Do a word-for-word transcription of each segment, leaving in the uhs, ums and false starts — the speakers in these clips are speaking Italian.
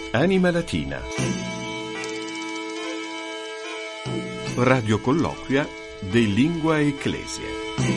Anima Latina. Radio colloquia de Lingua Ecclesia.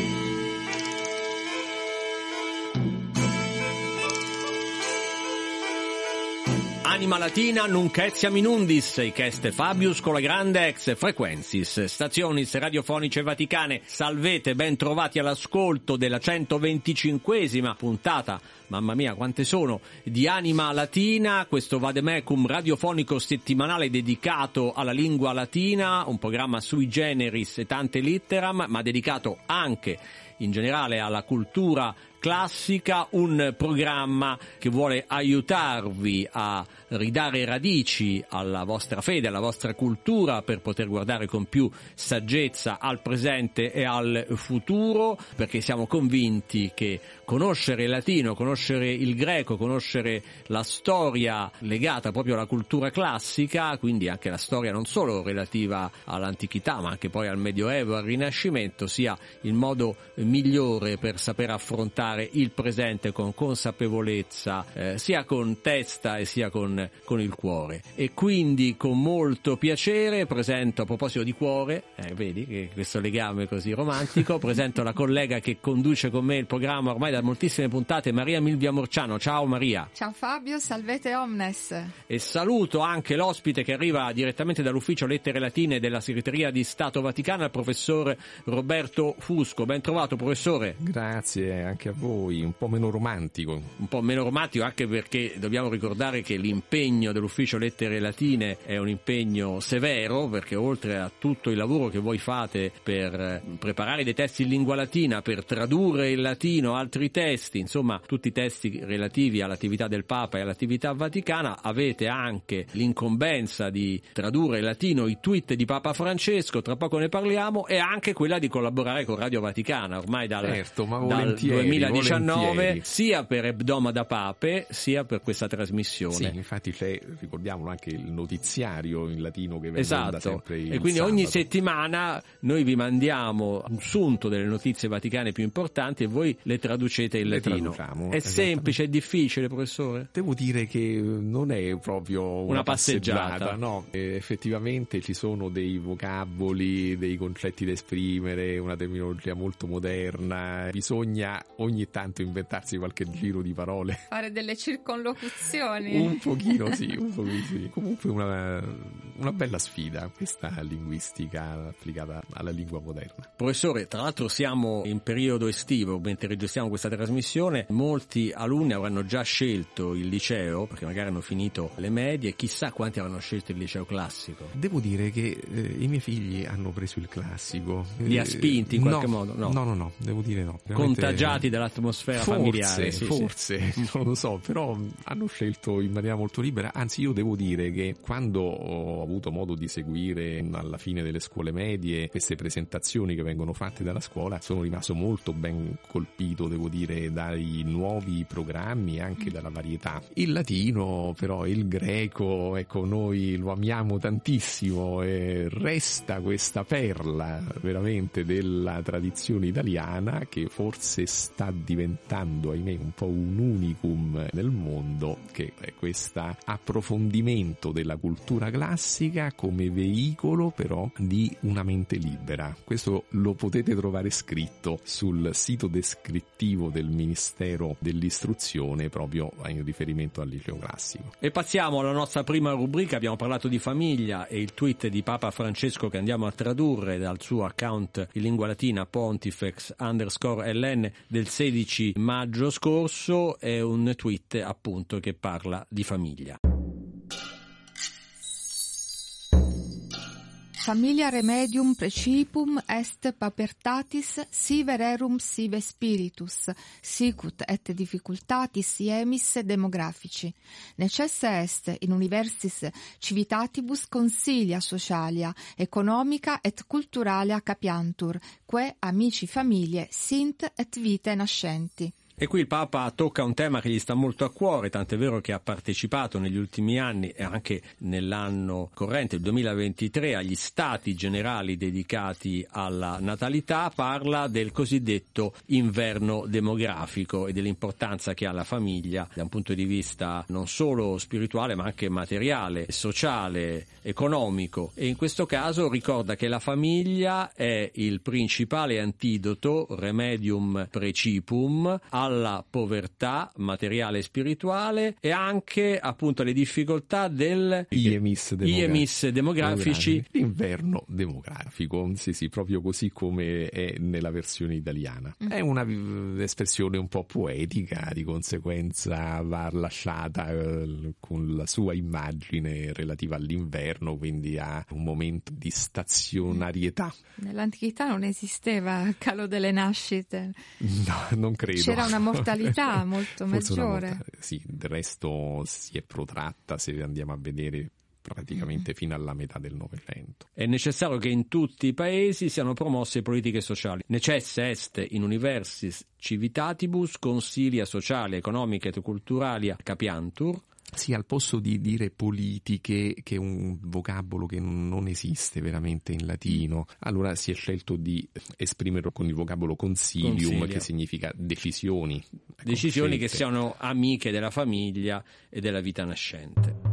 Anima Latina nunc etiam in undis, iceste Fabius con la grande ex frequensis, stazionis radiofonice vaticane. Salvete, ben trovati all'ascolto della centoventicinquesima puntata, mamma mia quante sono, di Anima Latina, questo vademecum radiofonico settimanale dedicato alla lingua latina, un programma sui generis e tante litteram, ma dedicato anche in generale alla cultura classica, un programma che vuole aiutarvi a ridare radici alla vostra fede, alla vostra cultura, per poter guardare con più saggezza al presente e al futuro, perché siamo convinti che conoscere il latino, conoscere il greco, conoscere la storia legata proprio alla cultura classica, quindi anche la storia non solo relativa all'antichità ma anche poi al Medioevo, al Rinascimento, sia il modo migliore per saper affrontare il presente con consapevolezza, eh, sia con testa e sia con, con il cuore. E quindi con molto piacere presento, a proposito di cuore, eh, vedi che questo legame così romantico, presento la collega che conduce con me il programma ormai da moltissime puntate, Maria Milvia Morciano. Ciao Maria. Ciao Fabio, salvete omnes. E saluto anche l'ospite che arriva direttamente dall'ufficio Lettere Latine della Segreteria di Stato Vaticana, il professor Roberto Fusco. Ben trovato professore. Grazie anche a voi, un po' meno romantico. Un po' meno romantico anche perché dobbiamo ricordare che l'impegno dell'ufficio Lettere Latine è un impegno severo, perché oltre a tutto il lavoro che voi fate per preparare dei testi in lingua latina, per tradurre in latino altri testi, insomma tutti i testi relativi all'attività del Papa e all'attività vaticana, avete anche l'incombenza di tradurre in latino i tweet di Papa Francesco, tra poco ne parliamo, e anche quella di collaborare con Radio Vaticana ormai dal, certo, ma dal duemiladiciannove, volentieri. Sia per Ebdomada Pape sia per questa trasmissione. Sì, infatti c'è, ricordiamolo, anche il notiziario in latino che viene esatto. da sempre il e quindi sabato. Ogni settimana noi vi mandiamo un sunto delle notizie vaticane più importanti e voi le traducete in Le latino. traduciamo, È semplice, è difficile, professore? Devo dire che non è proprio una, Una passeggiata, passeggiata. no, eh, effettivamente ci sono dei vocaboli, dei concetti da esprimere, una terminologia molto moderna, bisogna ogni tanto inventarsi qualche giro di parole. Fare delle circonlocuzioni. Un pochino sì, un pochino sì. Comunque una, una bella sfida questa linguistica applicata alla lingua moderna. Professore, tra l'altro siamo in periodo estivo, mentre registriamo questa trasmissione, molti alunni avranno già scelto il liceo, perché magari hanno finito le medie, chissà quanti avranno scelto il liceo classico. Devo dire che eh, i miei figli hanno preso il classico. Li ha spinti in qualche no, modo? No. no, no, no, devo dire no. Veramente... Contagiati dall'atmosfera forse, familiare. Sì, forse, sì. non lo so, però hanno scelto in maniera molto libera. Anzi, io devo dire che quando ho avuto modo di seguire alla fine delle scuole medie queste presentazioni che vengono fatte dalla scuola, sono rimasto molto ben colpito, devo dire, dai nuovi programmi e anche dalla varietà. Il latino, però, il greco, ecco, noi lo amiamo tantissimo e resta questa perla veramente della tradizione italiana che forse sta diventando, ahimè, un po' un unicum nel mondo, che è questo approfondimento della cultura classica come veicolo però di una mente libera. Questo lo potete trovare scritto sul sito descrittivo del Ministero dell'Istruzione, proprio in riferimento al liceo classico. E passiamo alla nostra prima rubrica. Abbiamo parlato di famiglia e il tweet di Papa Francesco che andiamo a tradurre dal suo account in lingua latina pontifex underscore ln del sedici maggio scorso, è un tweet appunto che parla di famiglia. Familia remedium precipum est papertatis sive rerum sive spiritus, sicut et difficultatis iemis demografici. Necessa est in universis civitatibus consilia socialia, economica et culturalia capiantur, que amici familie sint et vitae nascenti. E qui il Papa tocca un tema che gli sta molto a cuore, tant'è vero che ha partecipato negli ultimi anni e anche nell'anno corrente, il duemilaventitré, agli stati generali dedicati alla natalità. Parla del cosiddetto inverno demografico e dell'importanza che ha la famiglia da un punto di vista non solo spirituale ma anche materiale, sociale, economico, e in questo caso ricorda che la famiglia è il principale antidoto, remedium precipum, alla povertà materiale e spirituale e anche appunto alle difficoltà del iemis demografici. iemis demografici. L'inverno demografico, sì sì, proprio così come è nella versione italiana. È una espressione un po' poetica, di conseguenza va lasciata eh, con la sua immagine relativa all'inverno, quindi a un momento di stazionarietà. Nell'antichità non esisteva il calo delle nascite. No, non credo. C'era una mortalità molto Forse maggiore. Morta- sì, del resto si è protratta, se andiamo a vedere, praticamente fino alla metà del Novecento. È necessario che in tutti i paesi siano promosse politiche sociali. Necesse est in universis civitatibus consilia sociali, economiche et culturali capiantur. Sì, al posto di dire politiche, che è un vocabolo che non esiste veramente in latino, allora si è scelto di esprimerlo con il vocabolo consilium, Consiglio. che significa decisioni. Decisioni scelte. che siano amiche della famiglia e della vita nascente.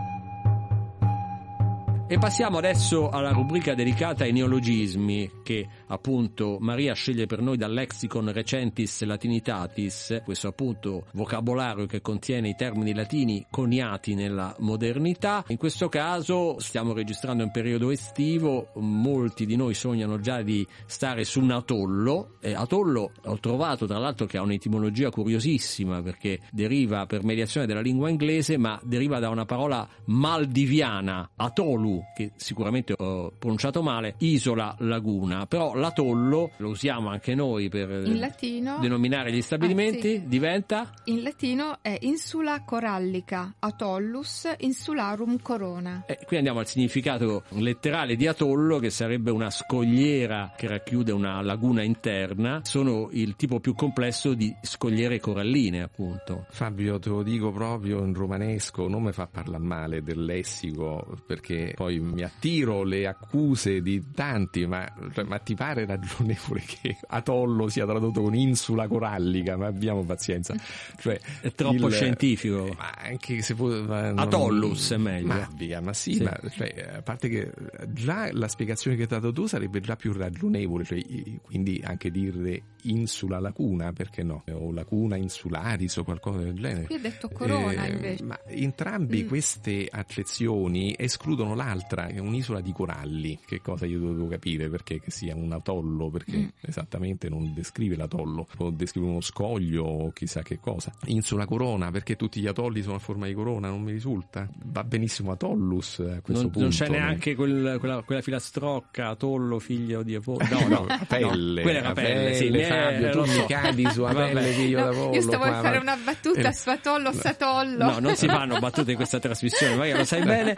E passiamo adesso alla rubrica dedicata ai neologismi che appunto Maria sceglie per noi dal Lexicon Recentis Latinitatis, questo appunto vocabolario che contiene i termini latini coniati nella modernità. In questo caso stiamo registrando in periodo estivo, molti di noi sognano già di stare su un atollo, e atollo ho trovato tra l'altro che ha un'etimologia curiosissima perché deriva per mediazione della lingua inglese, ma deriva da una parola maldiviana, atolu, che sicuramente ho pronunciato male, isola, laguna, però l'atollo lo usiamo anche noi per In latino denominare gli stabilimenti, ah, sì. diventa? In latino è insula corallica, atollus insularum corona. E qui andiamo al significato letterale di atollo, che sarebbe una scogliera che racchiude una laguna interna. Sono il tipo più complesso di scogliere coralline, appunto. Fabio, te lo dico proprio in romanesco, non mi fa parlare male del lessico, perché poi mi attiro le accuse di tanti, ma, cioè, ma ti pare ragionevole che atollo sia tradotto con insula corallica? Ma abbiamo pazienza, cioè, È troppo il, scientifico. Eh, ma anche se può, ma non, Atollus è meglio. Ma via, ma sì, Sì. ma cioè, a parte che già la spiegazione che hai dato tu sarebbe già più ragionevole, cioè, quindi anche dire insula lacuna, perché no? O lacuna insularis o qualcosa del genere. Qui ho detto corona Eh, invece. Ma entrambi Mm. queste accezioni escludono l'altra, che è un'isola di coralli. Che cosa io dovevo capire? Perché che sia un atollo, perché Mm. esattamente non descrive l'atollo, può descrivere uno scoglio o chissà che cosa. Insula corona, perché tutti gli atolli sono a forma di corona, non mi risulta. Va benissimo atollus a questo Non, punto. non c'è neanche quel, quella, quella filastrocca, atollo, figlio di Apollo. No, no, a pelle, no, quella era a pelle, sì, pelle, eh, Fabio, tu lo mi so. cadi su a Vabbè. pelle, figlio No, d'Apollo. io stavo qua, a fare ma- una battuta, Eh, sfatollo, satollo. No, non si fanno battute in questa trasmissione, magari lo sai bene.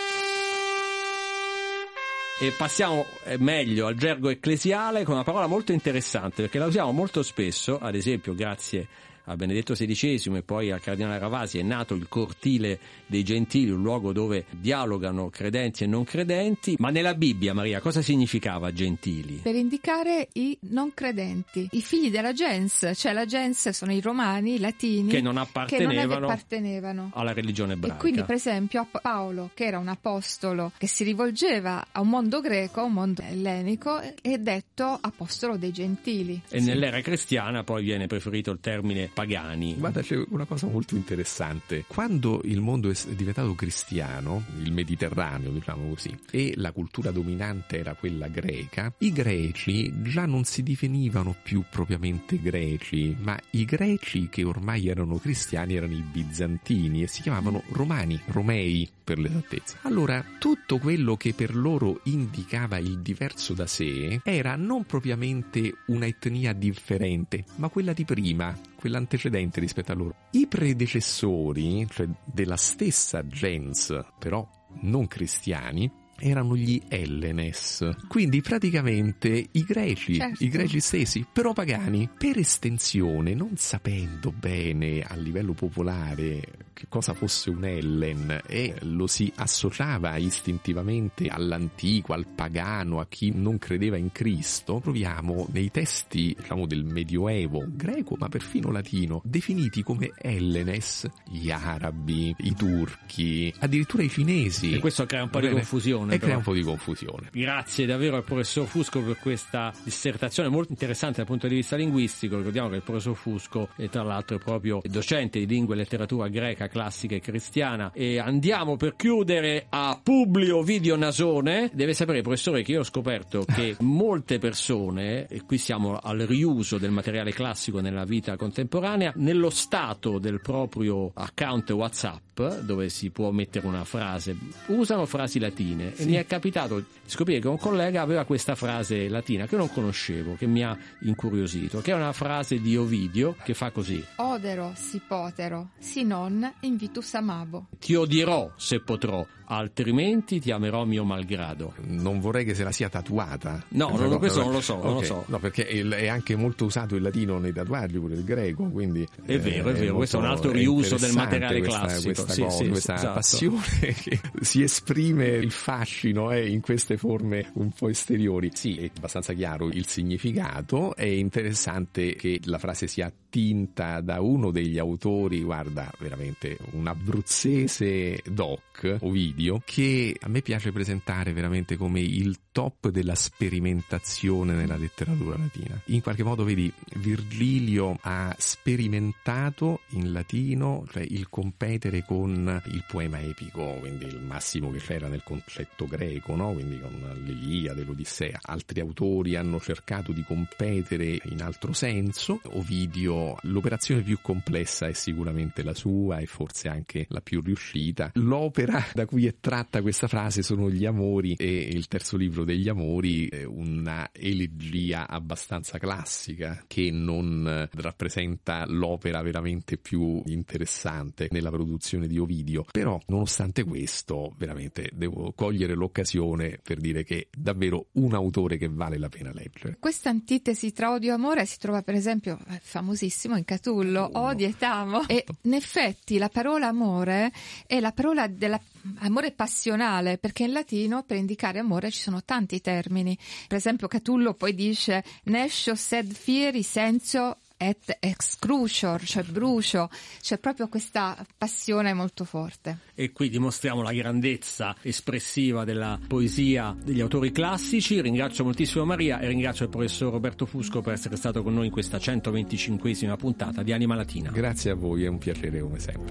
E passiamo eh, meglio al gergo ecclesiale con una parola molto interessante, perché la usiamo molto spesso, ad esempio grazie a Benedetto sedicesimo e poi al Cardinale Ravasi è nato il cortile dei gentili, un luogo dove dialogano credenti e non credenti. Ma nella Bibbia, Maria, cosa significava gentili? Per indicare i non credenti, i figli della gens, cioè la gens sono i romani, i latini, Che non che non appartenevano appartenevano. alla religione E ebraica. quindi, per esempio, a Paolo, che era un apostolo che si rivolgeva a un mondo greco, a un mondo ellenico, è detto apostolo dei gentili. E nell'era cristiana poi viene preferito il termine pagani. Guarda, c'è una cosa molto interessante. Quando il mondo è diventato cristiano, il Mediterraneo, diciamo così, e la cultura dominante era quella greca, i greci già non si definivano più propriamente greci, ma i greci che ormai erano cristiani erano i bizantini e si chiamavano romani, romei per l'esattezza. Allora, tutto quello che per loro indicava il diverso da sé era non propriamente una etnia differente, ma quella di prima, quella antecedente rispetto a loro. I predecessori, cioè della stessa gens, però non cristiani, erano gli Hellenes, quindi praticamente i greci, certo. i greci stessi, però pagani. Per estensione, non sapendo bene a livello popolare che cosa fosse un Ellen, e lo si associava istintivamente all'antico, al pagano, a chi non credeva in Cristo, troviamo nei testi, diciamo, del Medioevo greco, ma perfino latino, definiti come Hellenes gli arabi, i turchi, addirittura i cinesi. E questo crea un po' di confusione. E crea un po' di confusione. Grazie davvero al professor Fusco per questa dissertazione molto interessante dal punto di vista linguistico. Ricordiamo che il professor Fusco è tra l'altro è proprio docente di lingua e letteratura greca, classica e cristiana. E andiamo per chiudere a Publio Ovidio Nasone. Deve sapere, professore, che io ho scoperto che molte persone, e qui siamo al riuso del materiale classico nella vita contemporanea, nello stato del proprio account WhatsApp, dove si può mettere una frase, usano frasi latine. Sì. E mi è capitato di scoprire che un collega aveva questa frase latina che non conoscevo, che mi ha incuriosito, che è una frase di Ovidio che fa così: Odero si potero, si non invitus amabo. Ti odierò se potrò, altrimenti ti amerò mio malgrado. Non vorrei che se la sia tatuata. No, non, no questo non lo so, okay. non lo so. No, perché è anche molto usato il latino nei tatuaggi, pure il greco, quindi è vero, è, è vero, questo è un altro riuso del materiale questa, classico. Questa, sì, cosa, sì, questa esatto. passione che si esprime il fascino eh, in queste forme un po' esteriori. Sì, è abbastanza chiaro il significato. È interessante che la frase sia attinta da uno degli autori, guarda, veramente un abruzzese doc, Ovidio, che a me piace presentare veramente come il top della sperimentazione nella letteratura latina. In qualche modo, vedi, Virgilio ha sperimentato in latino, cioè il competere con il poema epico, quindi il massimo che c'era nel concetto greco, no? Quindi con l'Iliade, l'Odissea. Altri autori hanno cercato di competere in altro senso. Ovidio, l'operazione più complessa è sicuramente la sua e forse anche la più riuscita. L'opera da cui è tratta questa frase sono gli Amori, e il terzo libro degli Amori è una elegia abbastanza classica che non rappresenta l'opera veramente più interessante nella produzione di Ovidio. Però nonostante questo veramente devo cogliere l'occasione per dire che è davvero un autore che vale la pena leggere. Questa antitesi tra odio e amore si trova per esempio, è famosissimo, in Catullo, oh, odio e t'amo, e in effetti la parola amore è la parola dell'amore passionale, perché in latino per indicare amore ci sono tanti termini. Per esempio Catullo poi dice nescio sed fieri senso et excrucior, cioè brucio, c'è proprio questa passione molto forte. E qui dimostriamo la grandezza espressiva della poesia degli autori classici. Ringrazio moltissimo Maria e ringrazio il professor Roberto Fusco per essere stato con noi in questa centoventicinquesima puntata di Anima Latina. Grazie a voi, è un piacere come sempre.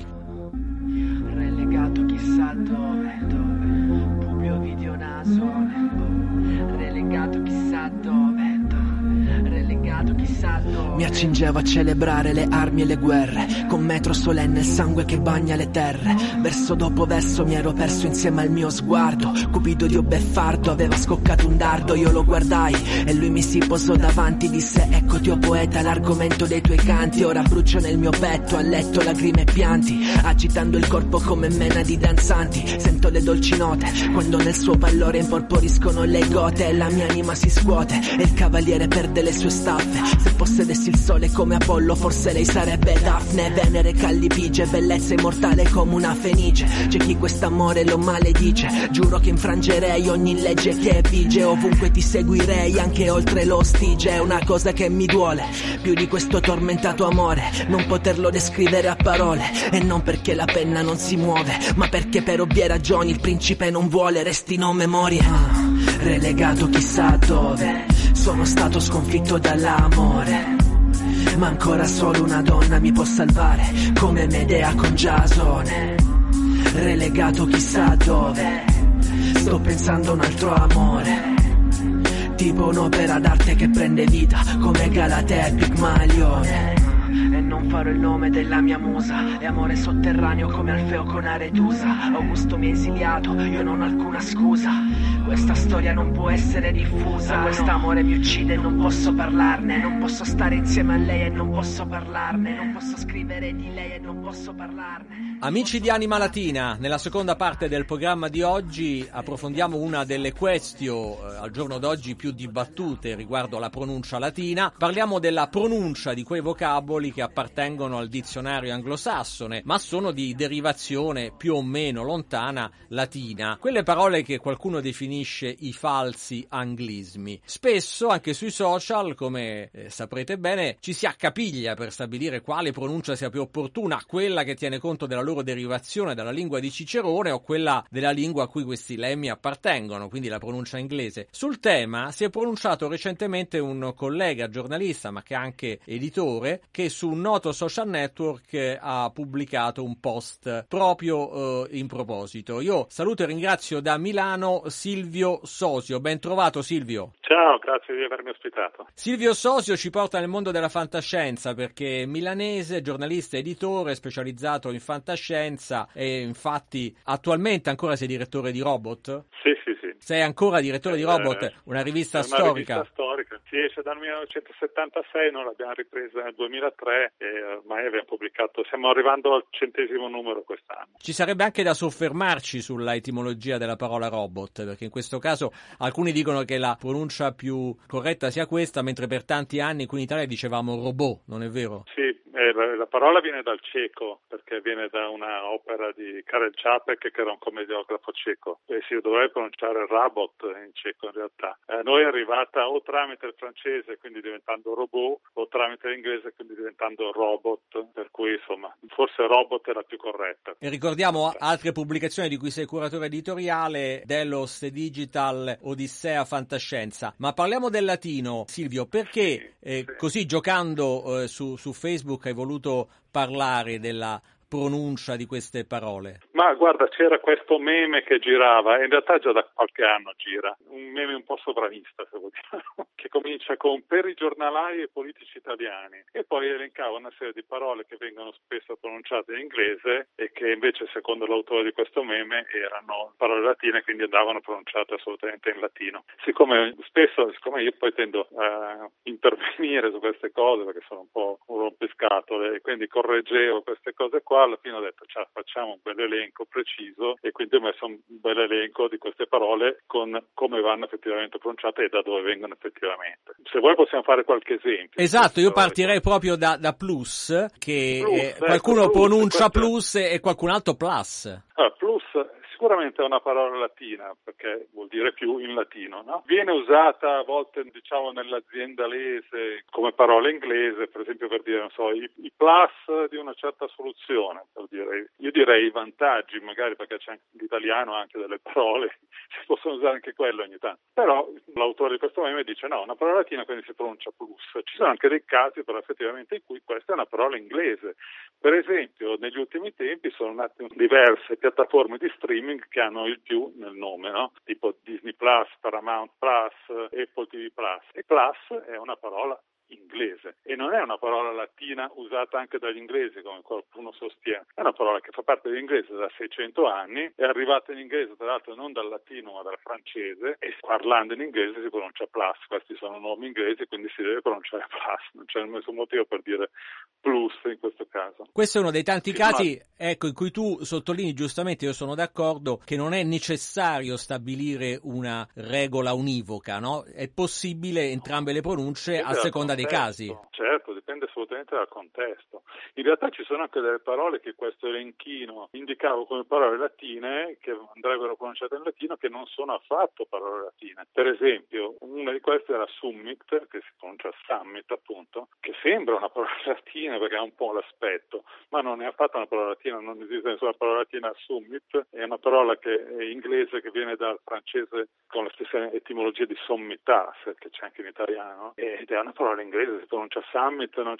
Relegato chissà dove, dove, Publio Ovidio Nasone, oh. Relegato chissà dove, dove, relegato chissà dove. Mi accingevo a celebrare le armi e le guerre, con metro solenne il sangue che bagna le terre. Verso dopo verso mi ero perso insieme al mio sguardo. Cupido Dio beffardo aveva scoccato un dardo. Io lo guardai e lui mi si posò davanti. Disse eccoti o poeta l'argomento dei tuoi canti. Ora brucio nel mio petto a letto lacrime e pianti, agitando il corpo come mena di danzanti. Sento le dolci note quando nel suo pallore imporporiscono le gote. E la mia anima si scuote e il cavaliere perde le sue staffe. Se possedessi il sole come Apollo forse lei sarebbe Daphne. Venere, Callipigie, bellezza immortale come una fenice. C'è chi quest'amore lo maledice. Giuro che infrangerei ogni legge che vige. Ovunque ti seguirei anche oltre lo Stige. È una cosa che mi duole più di questo tormentato amore, non poterlo descrivere a parole. E non perché la penna non si muove, ma perché per ovvie ragioni il principe non vuole restino memorie. ah, Relegato chissà dove, sono stato sconfitto dall'amore, ma ancora solo una donna mi può salvare, come Medea con Giasone. Relegato chissà dove, sto pensando a un altro amore, tipo un'opera d'arte che prende vita, come Galatea e Pigmalione. non farò il nome della mia musa. È amore sotterraneo come Alfeo con Aretusa. Augusto mi ha esiliato, io non ho alcuna scusa. Questa storia non può essere diffusa. Quest'amore mi uccide e non posso parlarne. Non posso stare insieme a lei e non posso parlarne. Non posso scrivere di lei e non posso parlarne. Amici di Anima Latina, nella seconda parte del programma di oggi approfondiamo una delle questioni eh, al giorno d'oggi più dibattute riguardo alla pronuncia latina. Parliamo della pronuncia di quei vocaboli che appartengono al dizionario anglosassone, ma sono di derivazione più o meno lontana latina. Quelle parole che qualcuno definisce i falsi anglismi. Spesso anche sui social, come eh, saprete bene, ci si accapiglia per stabilire quale pronuncia sia più opportuna, quella che tiene conto della loro derivazione dalla lingua di Cicerone o quella della lingua a cui questi lemmi appartengono, quindi la pronuncia inglese. Sul tema si è pronunciato recentemente un collega giornalista, ma che è anche editore, che su un noto social network ha pubblicato un post proprio eh, in proposito. Io saluto e ringrazio da Milano Silvio Sosio. Ben trovato Silvio. Ciao, grazie di avermi ospitato. Silvio Sosio ci porta nel mondo della fantascienza perché è milanese, giornalista, editore, specializzato in fantascienza e infatti attualmente ancora sei direttore di Robot? Sì, sì, sì. Sei ancora direttore di Robot, eh, una rivista una storica. Una rivista storica. Si esce dal millenovecentosettantasei, noi l'abbiamo ripresa nel duemilatré e ormai abbiamo pubblicato, stiamo arrivando al centesimo numero quest'anno. Ci sarebbe anche da soffermarci sulla etimologia della parola robot, perché in questo caso alcuni dicono che la pronuncia più corretta sia questa, mentre per tanti anni qui in Italia dicevamo robot, non è vero? Sì, eh, la, la parola viene dal ceco, perché viene da una opera di Karel Čapek, che era un commediografo ceco, e si dovrebbe pronunciare Rabot in ceco in realtà. A noi è arrivata o tramite il francese, quindi diventando robot, o tramite l'inglese, quindi diventando robot, per cui insomma forse robot è la più corretta. E ricordiamo altre pubblicazioni di cui sei curatore editoriale, Delos Digital, Odissea Fantascienza. Ma parliamo del latino, Silvio, perché sì, eh, sì. così giocando eh, su, su Facebook hai voluto parlare della pronuncia di queste parole? Ma guarda, c'era questo meme che girava, in realtà già da qualche anno gira, un meme un po' sovranista, se vogliamo, che comincia con per i giornalai e politici italiani e poi elencava una serie di parole che vengono spesso pronunciate in inglese e che invece secondo l'autore di questo meme erano parole latine, quindi andavano pronunciate assolutamente in latino. Siccome spesso, siccome io poi tendo a intervenire su queste cose perché sono un po' un rompiscatole e quindi correggevo queste cose qua, alla fine ho detto ciao, facciamo un bel elenco preciso e quindi ho messo un bel elenco di queste parole con come vanno effettivamente pronunciate e da dove vengono effettivamente. Se vuoi possiamo fare qualche esempio. Esatto, io partirei proprio da, da plus, che plus, eh, ecco, qualcuno plus, pronuncia questo... plus e qualcun altro plus. Ah, plus sicuramente è una parola latina, perché vuol dire più in latino, no? Viene usata a volte, diciamo, nell'aziendalese come parola inglese, per esempio per dire, non so, i, i plus di una certa soluzione, per dire. Io direi i vantaggi, magari perché c'è anche l'italiano anche delle parole, si possono usare anche quello ogni tanto. Però l'autore di questo meme dice no, una parola latina quindi si pronuncia plus. Ci sono anche dei casi però effettivamente in cui questa è una parola inglese. Per esempio, negli ultimi tempi sono nate diverse piattaforme di streaming che hanno il più nel nome, no? Tipo Disney Plus, Paramount Plus, Apple T V Plus. E Plus è una parola inglese e non è una parola latina usata anche dagli inglesi come qualcuno sostiene, è una parola che fa parte dell'inglese da seicento anni, è arrivata in inglese tra l'altro non dal latino ma dal francese e parlando in inglese si pronuncia plus, questi sono nomi inglesi quindi si deve pronunciare plus, non c'è nessun motivo per dire plus in questo caso. Questo è uno dei tanti sì, casi ma... ecco in cui tu sottolinei giustamente, io sono d'accordo, che non è necessario stabilire una regola univoca, no? È possibile entrambe le pronunce a seconda dei casi. Certo, dipende assolutamente dal contesto. In realtà ci sono anche delle parole che questo elenchino indicavo come parole latine che andrebbero pronunciate in latino che non sono affatto parole latine. Per esempio, una di queste era summit, che si pronuncia summit appunto, che sembra una parola latina perché ha un po' l'aspetto, ma non è affatto una parola latina, non esiste nessuna parola latina summit, è una parola che è inglese che viene dal francese con la stessa etimologia di sommitas, che c'è anche in italiano, ed è una parola inglese, si pronuncia summit, non c'è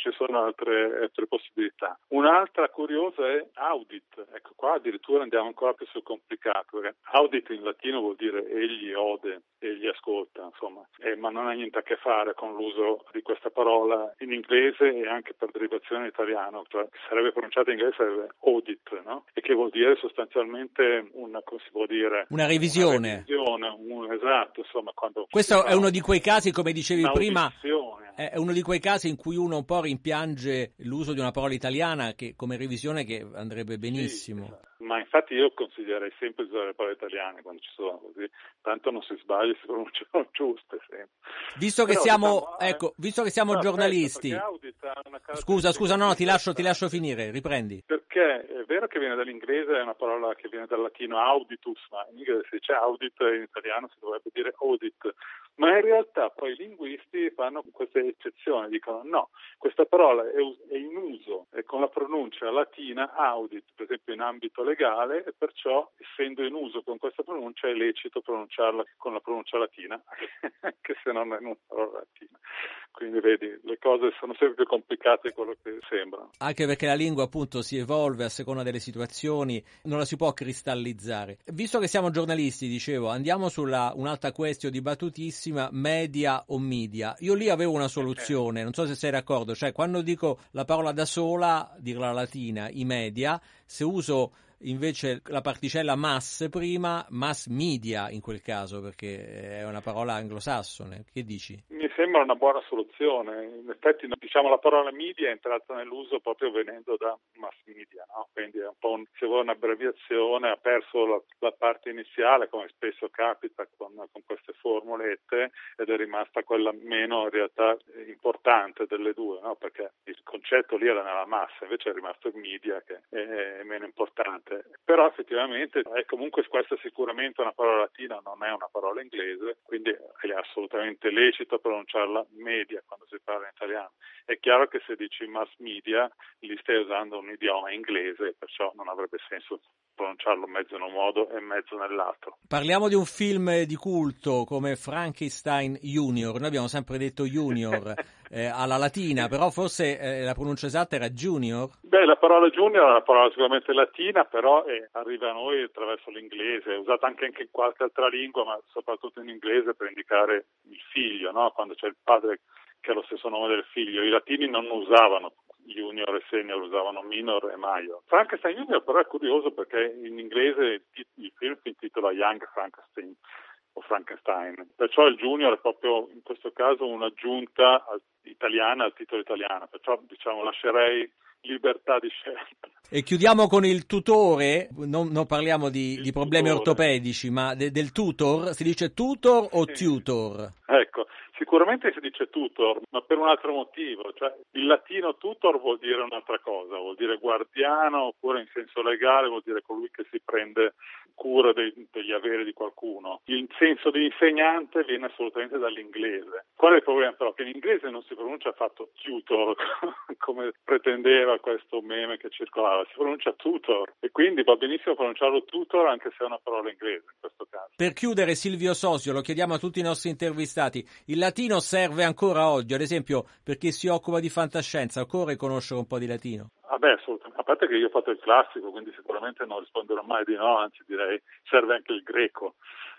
ci sono altre, altre possibilità. Un'altra curiosa è audit, ecco qua addirittura andiamo ancora più sul complicato, perché audit in latino vuol dire egli ode, egli ascolta, insomma, eh, ma non ha niente a che fare con l'uso di questa parola in inglese e anche per derivazione in italiano, cioè sarebbe pronunciata in inglese sarebbe audit, no? E che vuol dire sostanzialmente una, come si può dire? Una revisione. Una revisione, un, esatto, insomma, quando questo è uno di quei casi, come dicevi prima, è uno di quei casi in cui uno un po' rimpiange l'uso di una parola italiana che come revisione che andrebbe benissimo. Sì, esatto. Ma infatti io consiglierei sempre di usare le parole italiane quando ci sono, così tanto non si sbaglia, si pronunciano giuste sempre. Visto che Però, siamo, diciamo, ecco, visto che siamo no, giornalisti. Aspetta, scusa, scusa, no, no, ti lascio, ti lascio finire, riprendi. Perché è vero che viene dall'inglese, è una parola che viene dal latino auditus, ma in inglese si dice audit, in italiano si dovrebbe dire audit. Ma in realtà poi i linguisti fanno queste eccezioni, dicono no, questa parola è, è in uso e con la pronuncia latina audit, per esempio in ambito legale, e perciò essendo in uso con questa pronuncia è lecito pronunciarla con la pronuncia latina, anche se non è una parola latina. Quindi vedi, le cose sono sempre più complicate di quello che sembrano. Anche perché la lingua appunto si evolve a seconda delle situazioni, non la si può cristallizzare. Visto che siamo giornalisti, dicevo, andiamo sulla un'altra questione dibattutissima, media o media. Io lì avevo una soluzione, non so se sei d'accordo, cioè quando dico la parola da sola, dirla latina, i media, se uso invece la particella mass prima, mass media in quel caso, perché è una parola anglosassone. Che dici? Mi sembra una buona soluzione. In effetti, diciamo, la parola media è entrata nell'uso proprio venendo da mass media, no? Quindi è un po' un, se vuoi un'abbreviazione, ha perso la, la parte iniziale, come spesso capita con, con queste formulette, ed è rimasta quella meno in realtà importante delle due, no? Perché il concetto lì era nella massa, invece è rimasto il media che è, è meno importante. Però effettivamente è comunque questa sicuramente una parola latina, non è una parola inglese, quindi è assolutamente lecito pronunciarla media quando si parla in italiano. È chiaro che se dici mass media lì stai usando un idioma inglese, perciò non avrebbe senso pronunciarlo mezzo in un modo e mezzo nell'altro. Parliamo di un film di culto come Frankenstein Junior, noi abbiamo sempre detto Junior eh, alla latina, però forse eh, la pronuncia esatta era Junior? Beh, la parola Junior è una parola sicuramente latina, però eh, arriva a noi attraverso l'inglese, è usata anche, anche in qualche altra lingua, ma soprattutto in inglese per indicare il figlio, no? Quando c'è il padre che ha lo stesso nome del figlio. I latini non usavano junior e senior, usavano minor e major. Frankenstein Junior però è curioso perché in inglese il film si intitola Young Frankenstein o Frankenstein, perciò il junior è proprio in questo caso un'aggiunta italiana al titolo italiano, perciò diciamo lascerei libertà di scelta. E chiudiamo con il tutore, non, non parliamo di, di problemi tutore. ortopedici, ma de, del tutor, si dice tutor o sì. tutor? Ecco, sicuramente si dice tutor, ma per un altro motivo, cioè il latino tutor vuol dire un'altra cosa, vuol dire guardiano, oppure in senso legale vuol dire colui che si prende cura dei, degli averi di qualcuno. Il senso di insegnante viene assolutamente dall'inglese. Qual è il problema però? Che in inglese non si pronuncia affatto tutor, come pretendeva questo meme che circolava, si pronuncia tutor, e quindi va benissimo pronunciarlo tutor anche se è una parola inglese in questo caso. Per chiudere, Silvio Sosio, lo chiediamo a tutti i nostri intervistati, il latino serve ancora oggi, ad esempio per chi si occupa di fantascienza, occorre conoscere un po' di latino? Ah beh, assolutamente. A parte che io ho fatto il classico, quindi sicuramente non risponderò mai di no, anzi direi serve anche il greco.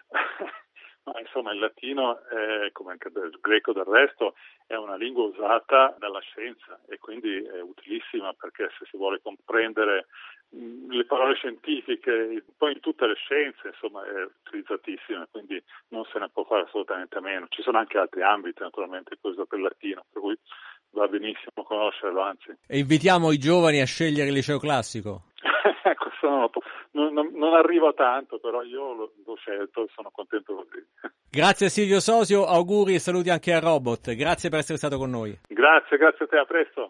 Ma insomma il latino, è, come anche il greco del resto, è una lingua usata dalla scienza e quindi è utilissima perché se si vuole comprendere le parole scientifiche, poi in tutte le scienze, insomma, è utilizzatissima, quindi non se ne può fare assolutamente a meno. Ci sono anche altri ambiti, naturalmente, in cui usa per il latino, per cui va benissimo conoscerlo, anzi. E invitiamo i giovani a scegliere il liceo classico? Questo non, non, non, non arriva tanto, però io l'ho, l'ho scelto e sono contento così. Grazie Silvio Sosio, auguri e saluti anche a Robot, grazie per essere stato con noi. Grazie, grazie a te, a presto.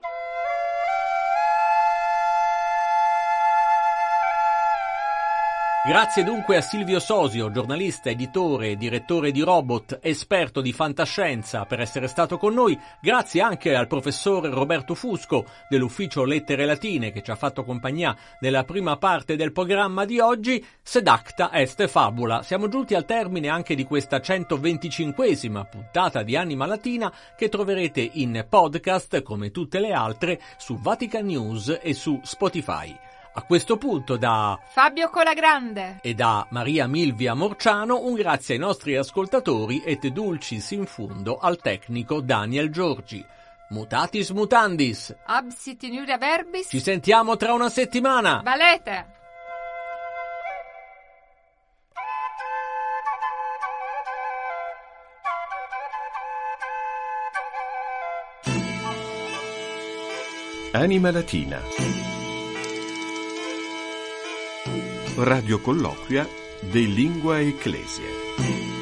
Grazie dunque a Silvio Sosio, giornalista, editore e direttore di Robot, esperto di fantascienza, per essere stato con noi. Grazie anche al professor Roberto Fusco dell'ufficio Lettere Latine che ci ha fatto compagnia nella prima parte del programma di oggi. Sed acta est fabula. Siamo giunti al termine anche di questa centoventicinquesima puntata di Anima Latina che troverete in podcast come tutte le altre su Vatican News e su Spotify. A questo punto da Fabio Colagrande e da Maria Milvia Morciano un grazie ai nostri ascoltatori et dulcis in fundo al tecnico Daniel Giorgi. Mutatis mutandis. Absit in iuria verbis. Ci sentiamo tra una settimana. Valete. Anima Latina. Radio colloquia de Lingua Ecclesia.